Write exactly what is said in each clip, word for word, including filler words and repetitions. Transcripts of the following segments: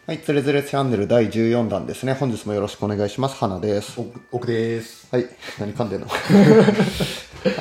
はい、つれづれチャンネルだいじゅうよんだんですね。本日もよろしくお願いします。花です。 奥です。 はい、何噛んでんのはい、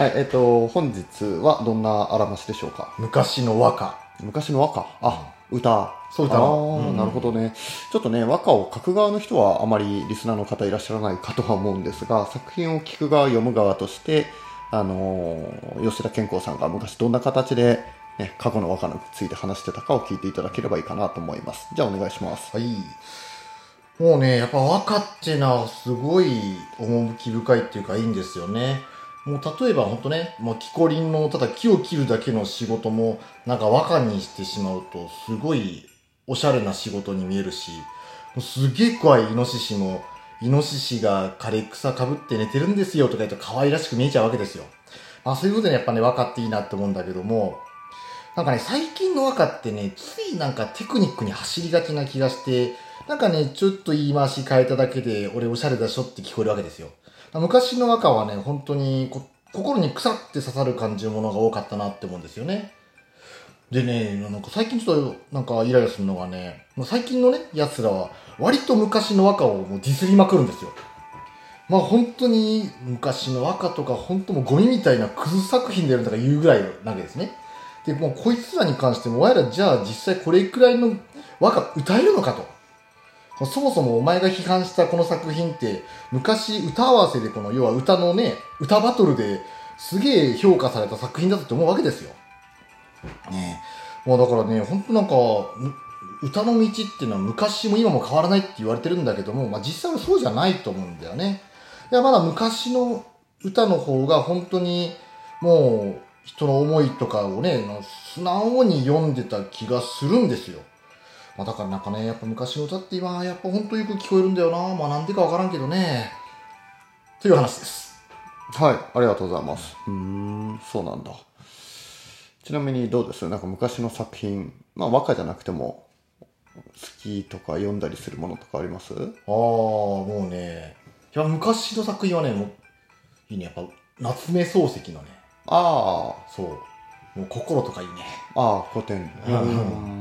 えっと、本日はどんなあらましでしょうか。 昔の和歌。 昔の和歌。あ、歌。 そう歌の。 ああ、うん、なるほどね。ちょっとね、和歌を書く側の人はあまりリスナーの方いらっしゃらないかとは思うんですが、作品を聞く側、読む側として、あのー、吉田健康さんが昔どんな形で、ね、過去の和歌について話してたかを聞いていただければいいかなと思います。じゃあお願いします。 はい。もうね、やっぱ和歌っていうのはすごい趣深いっていうかいいんですよね。もう例えばほんとね、もう木こりんのただ木を切るだけの仕事もなんか和歌にしてしまうとすごいおしゃれな仕事に見えるし、もうすげえ怖いイノシシも、イノシシが枯れ草かぶって寝てるんですよとか言うと可愛らしく見えちゃうわけですよ。まあそういうことでやっぱね和歌っていいなって思うんだけども、なんかね、最近の和歌ってね、ついなんかテクニックに走りがちな気がして、なんかね、ちょっと言い回し変えただけで、俺おしゃれだしょって聞こえるわけですよ。昔の和歌はね、本当にこ心に腐って刺さる感じのものが多かったなって思うんですよね。でね、なんか最近ちょっとなんかイライラするのがね、最近のね、奴らは割と昔の和歌をもうディスりまくるんですよ。まあ本当に昔の和歌とか本当もうゴミみたいなクズ作品でやるとか言うぐらいなわけですね。で、もうこいつらに関しても、お前らじゃあ実際これくらいの和歌歌えるのかと。そもそもお前が批判したこの作品って、昔歌合わせでこの、要は歌のね、歌バトルですげえ評価された作品だと思うわけですよ。ねえ。もうだからね、ほんとなんか、歌の道っていうのは昔も今も変わらないって言われてるんだけども、まあ実際はそうじゃないと思うんだよね。いや、まだ昔の歌の方が本当にもう、人の思いとかをね、素直に読んでた気がするんですよ。まあ、だからなんかね、やっぱ昔の歌って今、やっぱほんとよく聞こえるんだよな。まあなんでかわからんけどね。という話です。 はい、ありがとうございます。うーん、そうなんだ。ちなみにどうです？なんか昔の作品、まあ和歌じゃなくても、好きとか読んだりするものとかあります？ああ、 もうね、いや昔の作品はね、もう、いいね、やっぱ夏目漱石のね、 ああ、 そう。もう心とかいいね。 ああ、古典。うん、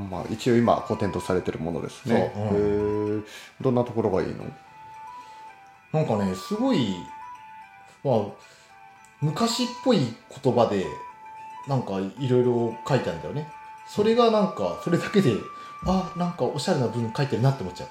まあ、一応今古典とされてるものですね。 そう。うん、 へえ。どんなところがいいの？ なんかね、すごい、まあ、昔っぽい言葉で、なんかいろいろ書いてあるんだよね。それがなんか、それだけで、あ、なんかおしゃれな文書いてるなって思っちゃ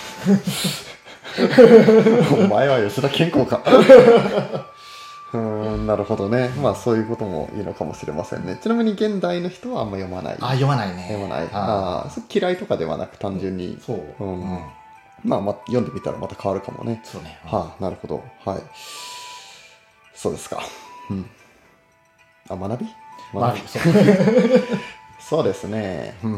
う。お前は吉田健康か。うーん、なるほどね。まあそういうこともいいのかもしれませんね。ちなみに現代の人はあんま読まない。 あ、読まないね。 読まない。 あああ、嫌いとかではなく単純に。 そう。 うん。 うん、 まあ、まあ、読んでみたらまた変わるかもね。 そうね。 うん、はあ、なるほど。はい。そうですか。うん。あ、学び学び。そう。 そうですね。うん。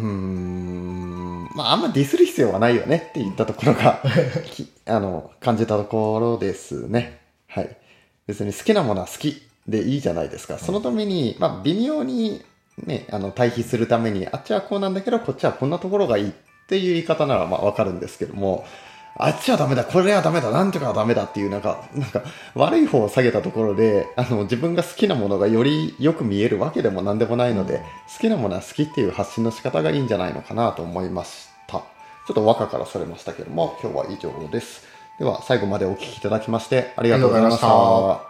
まあ、あんまディスる必要はないよねって言ったところがあの、感じたところですね。はい。別に好きなものは好きでいいじゃないですか。そのために、まあ、微妙にね、あの、対比するために、あっちはこうなんだけど、こっちはこんなところがいいっていう言い方ならまあわかるんですけども、あっちはダメだ、これはダメだ、なんとかはダメだっていう、なんか、なんか、悪い方を下げたところで、あの、自分が好きなものがよりよく見えるわけでもなんでもないので、うん、好きなものは好きっていう発信の仕方がいいんじゃないのかなと思いました。ちょっと和歌からそれましたけども、今日は以上です。では、最後までお聞きいただきまして、ありがとうございました。